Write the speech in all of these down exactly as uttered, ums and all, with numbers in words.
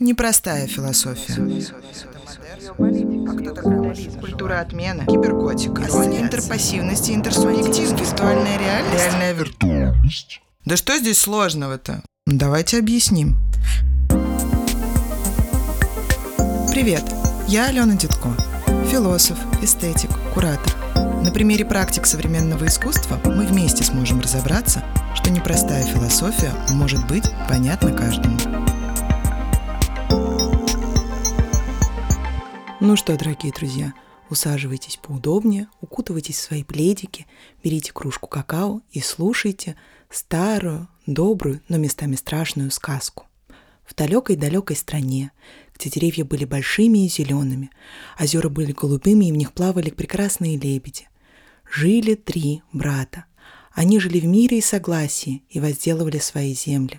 Непростая философия. Культура отмены, киберготика, интерпассивность и интерсубъективность, виртуальная реальность, реальная виртуальность. Да что здесь сложного-то? Давайте объясним. Привет, я Алена Дедко, философ, эстетик, куратор. На примере практик современного искусства мы вместе сможем разобраться, что непростая философия может быть понятна каждому. Ну что, дорогие друзья, усаживайтесь поудобнее, укутывайтесь в свои пледики, берите кружку какао и слушайте старую, добрую, но местами страшную сказку. В далекой-далекой стране, где деревья были большими и зелеными, озера были голубыми и в них плавали прекрасные лебеди, жили три брата. Они жили в мире и согласии и возделывали свои земли.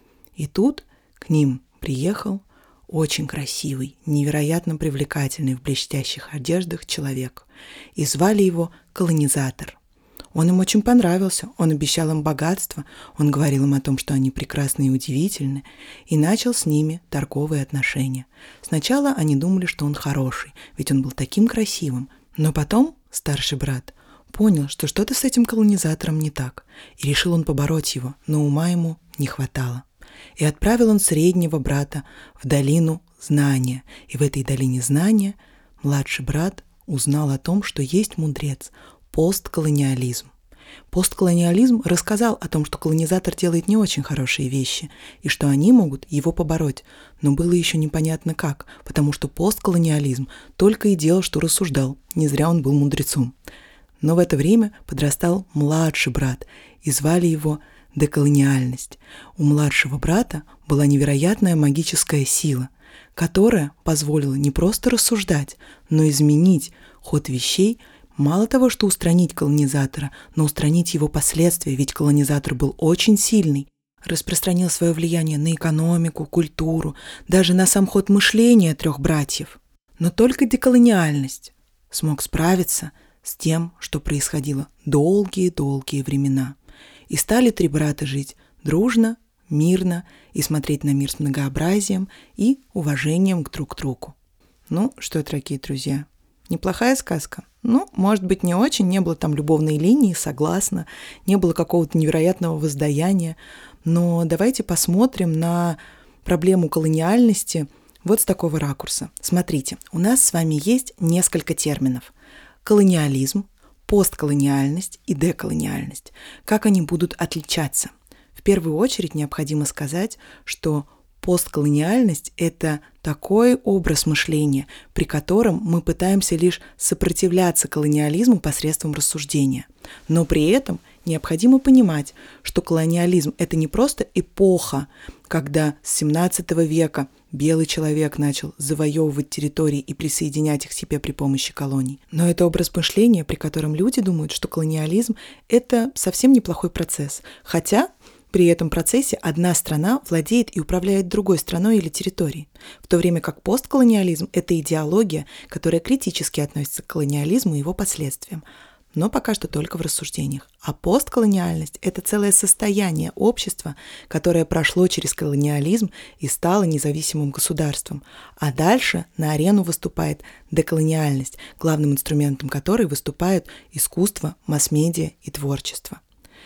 И тут к ним приехал очень красивый, невероятно привлекательный в блестящих одеждах человек. И звали его Колонизатор. Он им очень понравился, он обещал им богатство, он говорил им о том, что они прекрасны и удивительны, и начал с ними торговые отношения. Сначала они думали, что он хороший, ведь он был таким красивым, но потом старший брат понял, что что-то с этим колонизатором не так, и решил он побороть его, но ума ему не хватало. И отправил он среднего брата в долину знания. И в этой долине знания младший брат узнал о том, что есть мудрец – постколониализм. Постколониализм рассказал о том, что колонизатор делает не очень хорошие вещи, и что они могут его побороть. Но было еще непонятно как, потому что постколониализм только и делал, что рассуждал. Не зря он был мудрецом. Но в это время подрастал младший брат, и звали его деколониальность. У младшего брата была невероятная магическая сила, которая позволила не просто рассуждать, но изменить ход вещей, мало того, что устранить колонизатора, но устранить его последствия, ведь колонизатор был очень сильный, распространил свое влияние на экономику, культуру, даже на сам ход мышления трех братьев. Но только деколониальность смог справиться с тем, что происходило долгие-долгие времена. И стали три брата жить дружно, мирно и смотреть на мир с многообразием и уважением друг к другу. Ну что, дорогие друзья, неплохая сказка? Ну, может быть, не очень, не было там любовной линии, согласна, не было какого-то невероятного воздаяния, но давайте посмотрим на проблему колониальности вот с такого ракурса. Смотрите, у нас с вами есть несколько терминов. Колониализм, постколониальность и деколониальность. Как они будут отличаться? В первую очередь необходимо сказать, что постколониальность – это такой образ мышления, при котором мы пытаемся лишь сопротивляться колониализму посредством рассуждения. Но при этом необходимо понимать, что колониализм – это не просто эпоха, когда с семнадцатого века белый человек начал завоевывать территории и присоединять их к себе при помощи колоний. Но это образ мышления, при котором люди думают, что колониализм – это совсем неплохой процесс. Хотя при этом процессе одна страна владеет и управляет другой страной или территорией. В то время как постколониализм – это идеология, которая критически относится к колониализму и его последствиям. Но пока что только в рассуждениях. А постколониальность – это целое состояние общества, которое прошло через колониализм и стало независимым государством. А дальше на арену выступает деколониальность, главным инструментом которой выступают искусство, масс-медиа и творчество.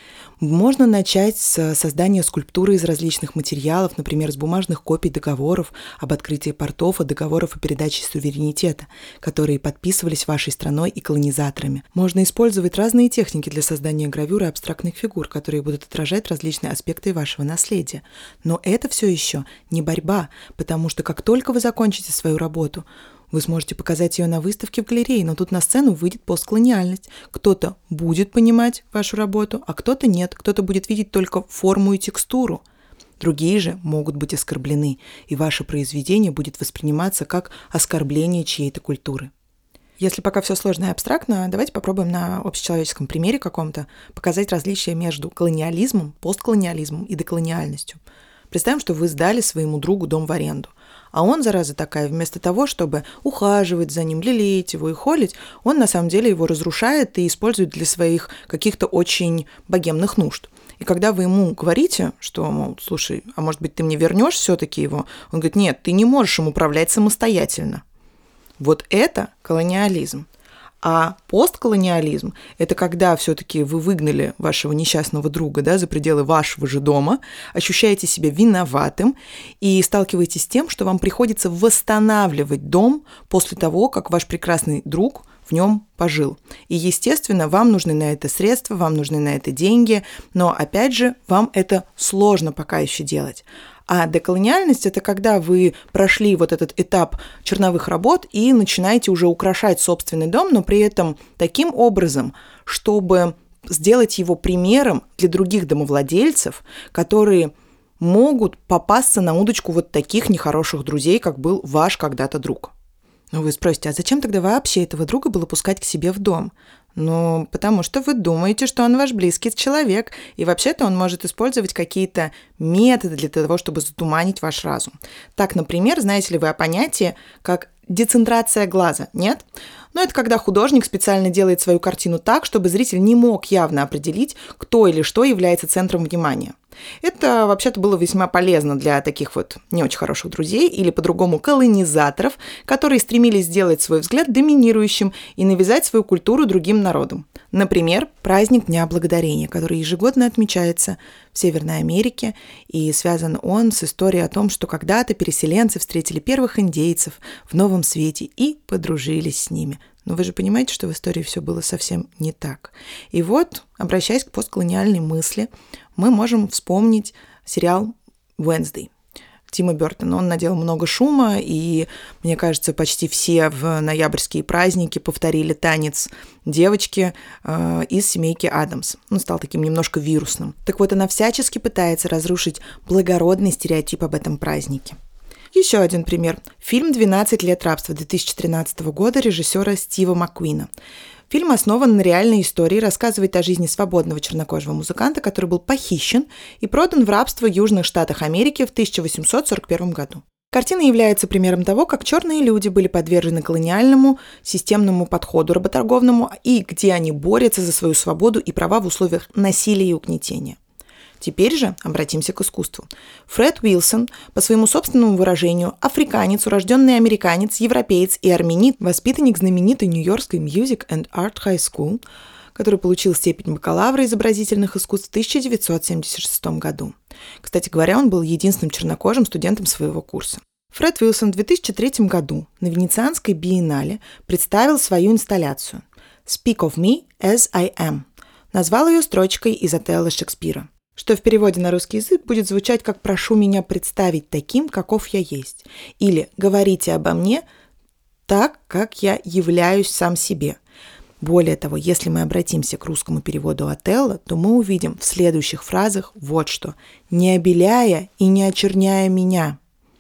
Можно начать с создания скульптуры из различных материалов, например, с бумажных копий договоров об открытии портов и договоров о передаче суверенитета, которые подписывались вашей страной и колонизаторами. Можно использовать разные техники для создания гравюр и абстрактных фигур, которые будут отражать различные аспекты вашего наследия. Но это все еще не борьба, потому что как только вы закончите свою работу, вы сможете показать ее на выставке в галерее, но тут на сцену выйдет постколониальность. Кто-то будет понимать вашу работу, а кто-то нет. Кто-то будет видеть только форму и текстуру. Другие же могут быть оскорблены, и ваше произведение будет восприниматься как оскорбление чьей-то культуры. Если пока все сложно и абстрактно, давайте попробуем на общечеловеческом примере каком-то показать различия между колониализмом, постколониализмом и деколониальностью. Представим, что вы сдали своему другу дом в аренду. А он, зараза такая, вместо того, чтобы ухаживать за ним, лелеять его и холить, он на самом деле его разрушает и использует для своих каких-то очень богемных нужд. И когда вы ему говорите, что, мол, слушай, а может быть, ты мне вернешь все-таки его, он говорит, нет, ты не можешь им управлять самостоятельно. Вот это колониализм. А постколониализм – это когда все-таки вы выгнали вашего несчастного друга, да, за пределы вашего же дома, ощущаете себя виноватым и сталкиваетесь с тем, что вам приходится восстанавливать дом после того, как ваш прекрасный друг в нем пожил. И, естественно, вам нужны на это средства, вам нужны на это деньги, но, опять же, вам это сложно пока еще делать. А деколониальность – это когда вы прошли вот этот этап черновых работ и начинаете уже украшать собственный дом, но при этом таким образом, чтобы сделать его примером для других домовладельцев, которые могут попасться на удочку вот таких нехороших друзей, как был ваш когда-то друг. Ну, вы спросите, а зачем тогда вообще этого друга было пускать к себе в дом? Ну, потому что вы думаете, что он ваш близкий человек, и вообще-то он может использовать какие-то методы для того, чтобы затуманить ваш разум. Так, например, знаете ли вы о понятии как децентрация глаза, нет? Но это когда художник специально делает свою картину так, чтобы зритель не мог явно определить, кто или что является центром внимания. Это вообще-то было весьма полезно для таких вот не очень хороших друзей или по-другому колонизаторов, которые стремились сделать свой взгляд доминирующим и навязать свою культуру другим народам. Например, праздник Дня Благодарения, который ежегодно отмечается в Северной Америке, и связан он с историей о том, что когда-то переселенцы встретили первых индейцев в Новом Свете и подружились с ними. Но вы же понимаете, что в истории все было совсем не так. И вот, обращаясь к постколониальной мысли, мы можем вспомнить сериал «Wednesday» Тима Бёртона. Он наделал много шума, и, мне кажется, почти все в ноябрьские праздники повторили танец девочки э, из семейки Адамс. Он стал таким немножко вирусным. Так вот, она всячески пытается разрушить благородный стереотип об этом празднике. Еще один пример. Фильм «двенадцать лет рабства» две тысячи тринадцатого года режиссера Стива Маккуина. Фильм основан на реальной истории, рассказывает о жизни свободного чернокожего музыканта, который был похищен и продан в рабство в Южных Штатах Америки в тысяча восемьсот сорок первом году. Картина является примером того, как черные люди были подвержены колониальному системному подходу работорговному и где они борются за свою свободу и права в условиях насилия и угнетения. Теперь же обратимся к искусству. Фред Уилсон, по своему собственному выражению, африканец, урожденный американец, европеец и армянит, воспитанник знаменитой Нью-Йоркской Music and Art High School, который получил степень бакалавра изобразительных искусств в тысяча девятьсот семьдесят шестом году. Кстати говоря, он был единственным чернокожим студентом своего курса. Фред Уилсон в две тысячи третьем году на Венецианской биеннале представил свою инсталляцию «Speak of me as I am», назвал ее строчкой из Отелло Шекспира, что в переводе на русский язык будет звучать как «прошу меня представить таким, каков я есть», или «говорите обо мне так, как я являюсь сам себе». Более того, если мы обратимся к русскому переводу Отелло, то мы увидим в следующих фразах вот что: «не обеляя и не очерняя меня».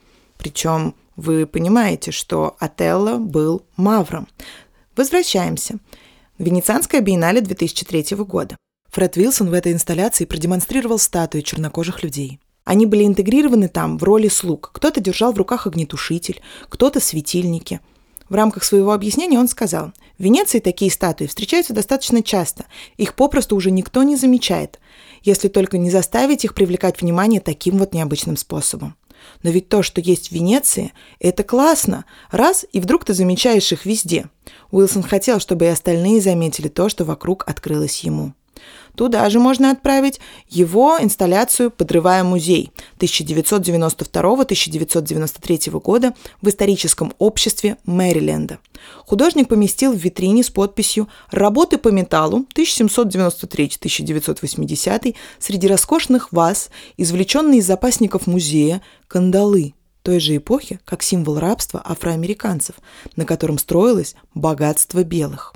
Причем вы понимаете, что Отелло был мавром. Возвращаемся. Венецианская биеннале две тысячи третьего года. Фред Уилсон в этой инсталляции продемонстрировал статуи чернокожих людей. Они были интегрированы там в роли слуг. Кто-то держал в руках огнетушитель, кто-то светильники. В рамках своего объяснения он сказал: «В Венеции такие статуи встречаются достаточно часто. Их попросту уже никто не замечает, если только не заставить их привлекать внимание таким вот необычным способом. Но ведь то, что есть в Венеции, это классно. Раз, и вдруг ты замечаешь их везде». Уилсон хотел, чтобы и остальные заметили то, что вокруг открылось ему. Туда же можно отправить его инсталляцию «Подрывая музей» тысяча девятьсот девяносто второго — тысяча девятьсот девяносто третьего года в историческом обществе Мэриленда. Художник поместил в витрине с подписью «Работы по металлу тысяча семьсот девяносто третий — тысяча девятьсот восьмидесятый среди роскошных ваз, извлеченные из запасников музея, кандалы той же эпохи, как символ рабства афроамериканцев, на котором строилось богатство белых».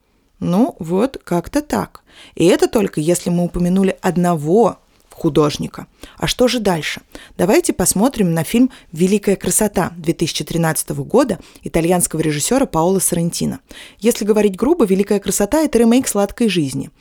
Ну, вот как-то так. И это только если мы упомянули одного художника. А что же дальше? Давайте посмотрим на фильм «Великая красота» две тысячи тринадцатого года итальянского режиссера Паоло Соррентино. Если говорить грубо, «Великая красота» — это ремейк «Сладкой жизни».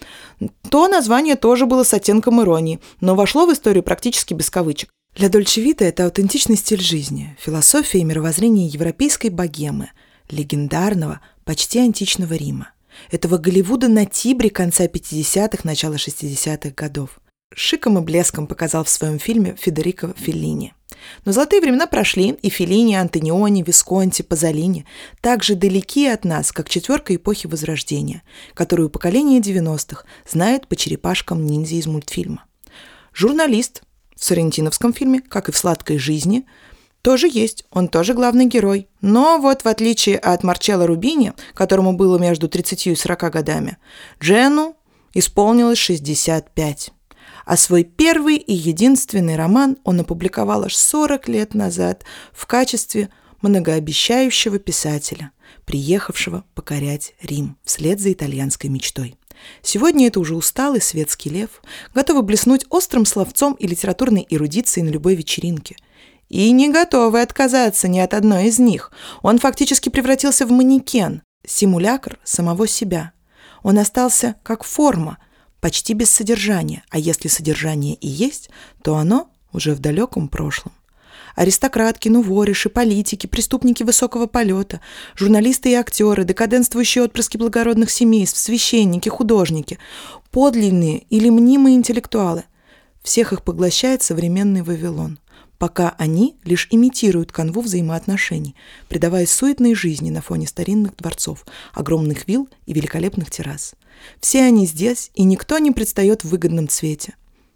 То название тоже было с оттенком иронии, но вошло в историю практически без кавычек. Для Дольче Вита это аутентичный стиль жизни, философия и мировоззрение европейской богемы, легендарного, почти античного Рима. Этого Голливуда на Тибре конца пятидесятых, начала шестидесятых годов. шиком и блеском показал в своем фильме Федерико Феллини. Но золотые времена прошли, и Феллини, Антониони, Висконти, Пазолини так же далеки от нас, как четверка эпохи Возрождения, которую поколение девяностых знает по черепашкам ниндзя из мультфильма. Журналист в соррентиновском фильме, как и в «Сладкой жизни», тоже есть, он тоже главный герой. Но вот в отличие от Марчелло Рубини, которому было между тридцатью и сорока годами, Джену исполнилось шестьдесят пять. А свой первый и единственный роман он опубликовал аж сорок лет назад в качестве многообещающего писателя, приехавшего покорять Рим вслед за итальянской мечтой. Сегодня это уже усталый светский лев, готовый блеснуть острым словцом и литературной эрудицией на любой вечеринке. И не готовый отказаться ни от одной из них. Он фактически превратился в манекен, симулякр самого себя. Он остался как форма, почти без содержания, а если содержание и есть, то оно уже в далеком прошлом. Аристократки, нувориши, политики, преступники высокого полета, журналисты и актеры, декаденствующие отпрыски благородных семейств, священники, художники, подлинные или мнимые интеллектуалы – всех их поглощает современный Вавилон, пока они лишь имитируют канву взаимоотношений, предаваясь суетной жизни на фоне старинных дворцов, огромных вилл и великолепных террас. Все они здесь, и никто не предстает в выгодном цвете.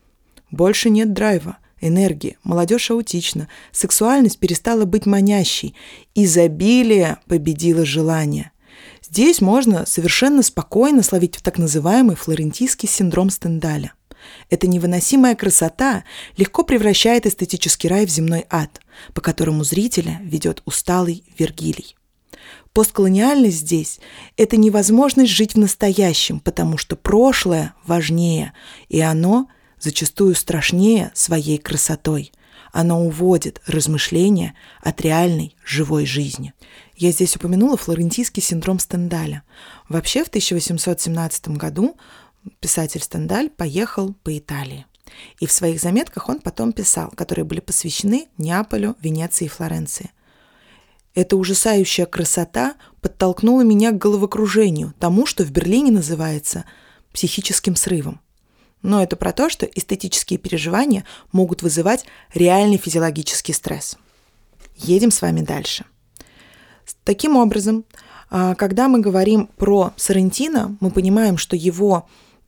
Больше нет драйва, энергии, молодежь аутична, сексуальность перестала быть манящей, изобилие победило желание. Здесь можно совершенно спокойно словить в так называемый флорентийский синдром Стендаля. Эта невыносимая красота легко превращает эстетический рай в земной ад, по которому зрителя ведет усталый Вергилий. Постколониальность здесь – это невозможность жить в настоящем, потому что прошлое важнее, и оно зачастую страшнее своей красотой. Оно уводит размышления от реальной живой жизни. Я здесь упомянула флорентийский синдром Стендаля. Вообще в тысяча восемьсот семнадцатом году писатель Стендаль поехал по Италии. И в своих заметках он потом писал, которые были посвящены Неаполю, Венеции и Флоренции. Эта ужасающая красота подтолкнула меня к головокружению, тому, что в Берлине называется психическим срывом. Но это про то, что эстетические переживания могут вызывать реальный физиологический стресс. Едем с вами дальше. Таким образом, когда мы говорим про Соррентино, мы понимаем, что его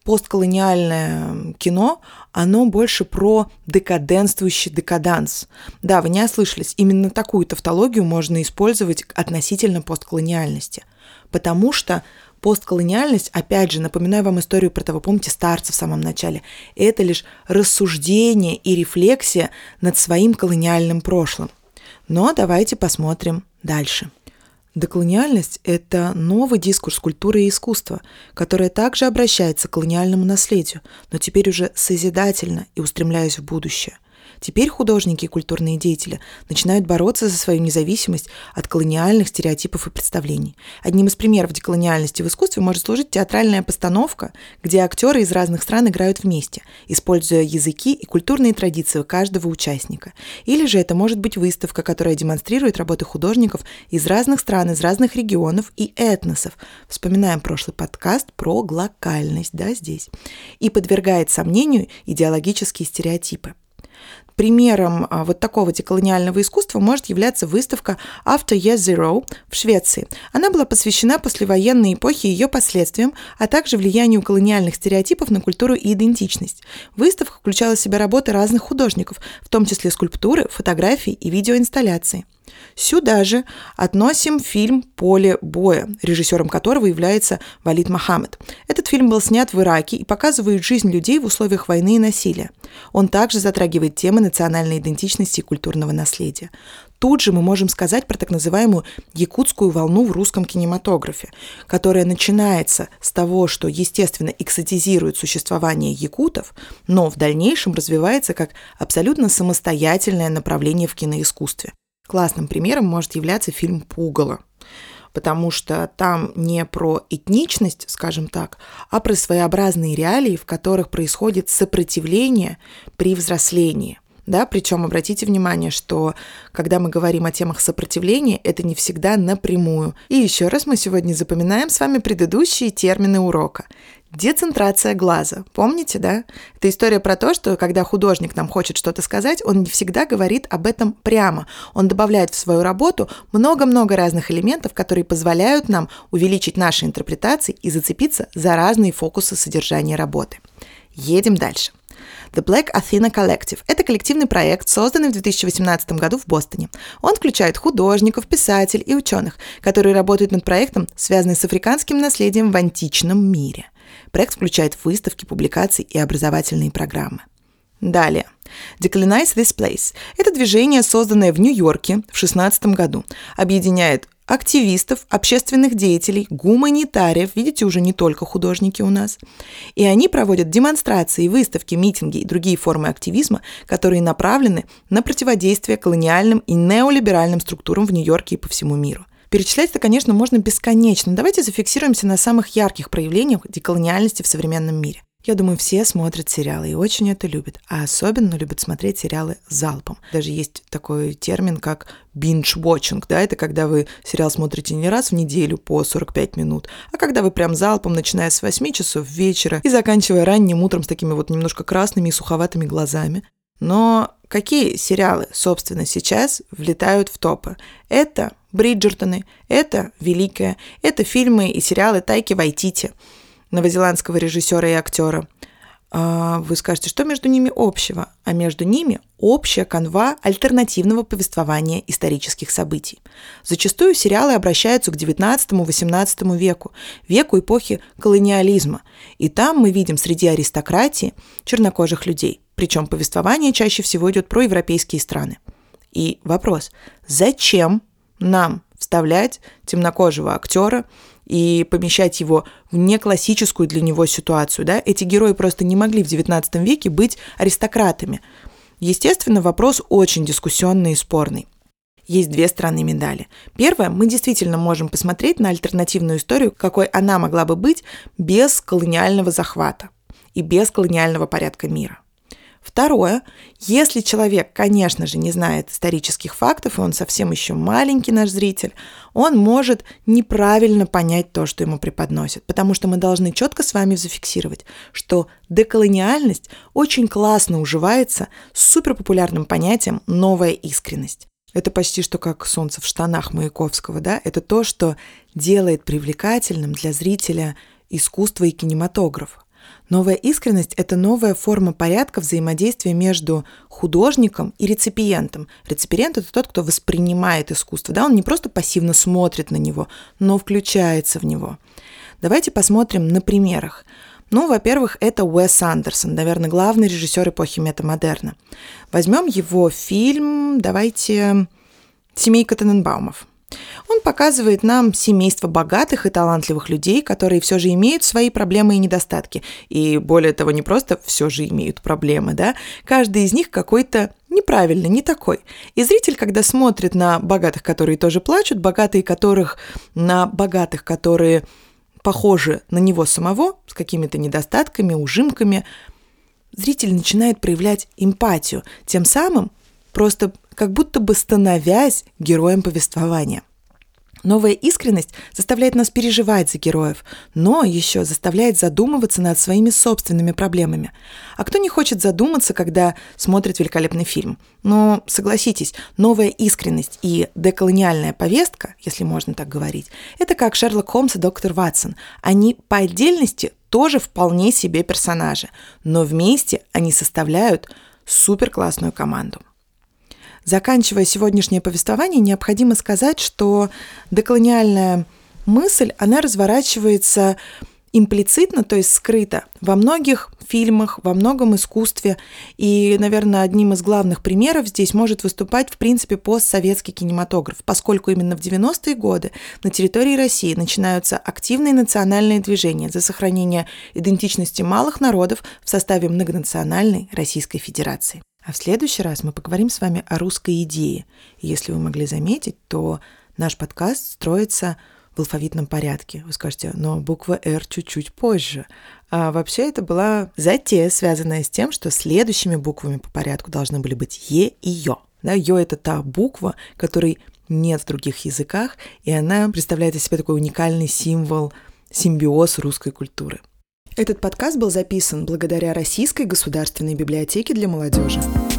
постколониальное кино, оно больше про декаденствующий декаданс. Да, вы не ослышались, именно такую тавтологию можно использовать относительно постколониальности, потому что постколониальность, опять же, напоминаю вам историю про того, помните, старца в самом начале, это лишь рассуждение и рефлексия над своим колониальным прошлым. Но давайте посмотрим дальше. Деколониальность – это новый дискурс культуры и искусства, которая также обращается к колониальному наследию, но теперь уже созидательно и устремляясь в будущее. Теперь художники и культурные деятели начинают бороться за свою независимость от колониальных стереотипов и представлений. Одним из примеров деколониальности в искусстве может служить театральная постановка, где актеры из разных стран играют вместе, используя языки и культурные традиции каждого участника. Или же это может быть выставка, которая демонстрирует работы художников из разных стран, из разных регионов и этносов. Вспоминаем прошлый подкаст про глокальность, да, здесь. И подвергает сомнению идеологические стереотипы. Примером а, вот такого деколониального искусства может являться выставка After Year Zero в Швеции. Она была посвящена послевоенной эпохе и ее последствиям, а также влиянию колониальных стереотипов на культуру и идентичность. Выставка включала в себя работы разных художников, в том числе скульптуры, фотографии и видеоинсталляции. Сюда же относим фильм «Поле боя», режиссером которого является Валид Мохаммед. Этот фильм был снят в Ираке и показывает жизнь людей в условиях войны и насилия. Он также затрагивает темы национальной идентичности и культурного наследия. Тут же мы можем сказать про так называемую якутскую волну в русском кинематографе, которая начинается с того, что, естественно, экзотизирует существование якутов, но в дальнейшем развивается как абсолютно самостоятельное направление в киноискусстве. Классным примером может являться фильм «Пугало», потому что там не про этничность, скажем так, а про своеобразные реалии, в которых происходит сопротивление при взрослении. Да, причем обратите внимание, что когда мы говорим о темах сопротивления, это не всегда напрямую. И еще раз мы сегодня запоминаем с вами предыдущие термины урока. Децентрация глаза. Помните, да? Это история про то, что когда художник нам хочет что-то сказать, он не всегда говорит об этом прямо. Он добавляет в свою работу много-много разных элементов, которые позволяют нам увеличить наши интерпретации и зацепиться за разные фокусы содержания работы. Едем дальше. The Black Athena Collective – это коллективный проект, созданный в две тысячи восемнадцатом году в Бостоне. Он включает художников, писателей и ученых, которые работают над проектом, связанным с африканским наследием в античном мире. Проект включает выставки, публикации и образовательные программы. Далее. Decolonize This Place – это движение, созданное в Нью-Йорке в две тысячи шестнадцатом году, объединяет активистов, общественных деятелей, гуманитариев, видите, уже не только художники у нас. И они проводят демонстрации, выставки, митинги и другие формы активизма, которые направлены на противодействие колониальным и неолиберальным структурам в Нью-Йорке и по всему миру. Перечислять это, конечно, можно бесконечно. Давайте зафиксируемся на самых ярких проявлениях деколониальности в современном мире. Я думаю, все смотрят сериалы и очень это любят, а особенно любят смотреть сериалы залпом. Даже есть такой термин, как binge-watching, да, это когда вы сериал смотрите не раз в неделю по сорок пять минут, а когда вы прям залпом, начиная с восьми часов вечера и заканчивая ранним утром с такими вот немножко красными и суховатыми глазами. Но какие сериалы, собственно, сейчас влетают в топы? Это «Бриджертоны», это «Великая», это фильмы и сериалы Тайки Вайтити, новозеландского режиссера и актера. Вы скажете, что между ними общего? А между ними общая канва альтернативного повествования исторических событий. Зачастую сериалы обращаются к девятнадцатому-восемнадцатому веку, веку эпохи колониализма. И там мы видим среди аристократии чернокожих людей. Причем повествование чаще всего идет про европейские страны. И вопрос, зачем нам вставлять темнокожего актера и помещать его в неклассическую для него ситуацию, да? Эти герои просто не могли в девятнадцатом веке быть аристократами. Естественно, вопрос очень дискуссионный и спорный. Есть две стороны медали. Первое, мы действительно можем посмотреть на альтернативную историю, какой она могла бы быть без колониального захвата и без колониального порядка мира. Второе, если человек, конечно же, не знает исторических фактов, и он совсем еще маленький наш зритель, он может неправильно понять то, что ему преподносят, потому что мы должны четко с вами зафиксировать, что деколониальность очень классно уживается с суперпопулярным понятием «новая искренность». Это почти что как солнце в штанах Маяковского, да? Это то, что делает привлекательным для зрителя искусство и кинематограф. Новая искренность – это новая форма порядка взаимодействия между художником и реципиентом. Реципиент – это тот, кто воспринимает искусство. Да? Он не просто пассивно смотрит на него, но включается в него. Давайте посмотрим на примерах. Ну, во-первых, это Уэс Андерсон, наверное, главный режиссер эпохи метамодерна. Возьмем его фильм, давайте, «Семейка Тененбаумов». Он показывает нам семейство богатых и талантливых людей, которые все же имеют свои проблемы и недостатки. И более того, не просто все же имеют проблемы, да? Каждый из них какой-то неправильный, не такой. И зритель, когда смотрит на богатых, которые тоже плачут, богатые которых, на богатых, которые похожи на него самого, с какими-то недостатками, ужимками, зритель начинает проявлять эмпатию, тем самым просто как будто бы становясь героем повествования. Новая искренность заставляет нас переживать за героев, но еще заставляет задумываться над своими собственными проблемами. А кто не хочет задуматься, когда смотрит великолепный фильм? Но, согласитесь, новая искренность и деколониальная повестка, если можно так говорить, это как Шерлок Холмс и доктор Ватсон. Они по отдельности тоже вполне себе персонажи, но вместе они составляют суперклассную команду. Заканчивая сегодняшнее повествование, необходимо сказать, что деколониальная мысль, она разворачивается имплицитно, то есть скрыто, во многих фильмах, во многом искусстве. И, наверное, одним из главных примеров здесь может выступать, в принципе, постсоветский кинематограф, поскольку именно в девяностые годы на территории России начинаются активные национальные движения за сохранение идентичности малых народов в составе многонациональной Российской Федерации. А в следующий раз мы поговорим с вами о русской идее. И если вы могли заметить, то наш подкаст строится в алфавитном порядке. Вы скажете, но буква «Р» чуть-чуть позже. А вообще это была затея, связанная с тем, что следующими буквами по порядку должны были быть «Е» и «Ё». Да, «Ё» — это та буква, которой нет в других языках, и она представляет из себя такой уникальный символ, симбиоз русской культуры. Этот подкаст был записан благодаря Российской государственной библиотеке для молодежи.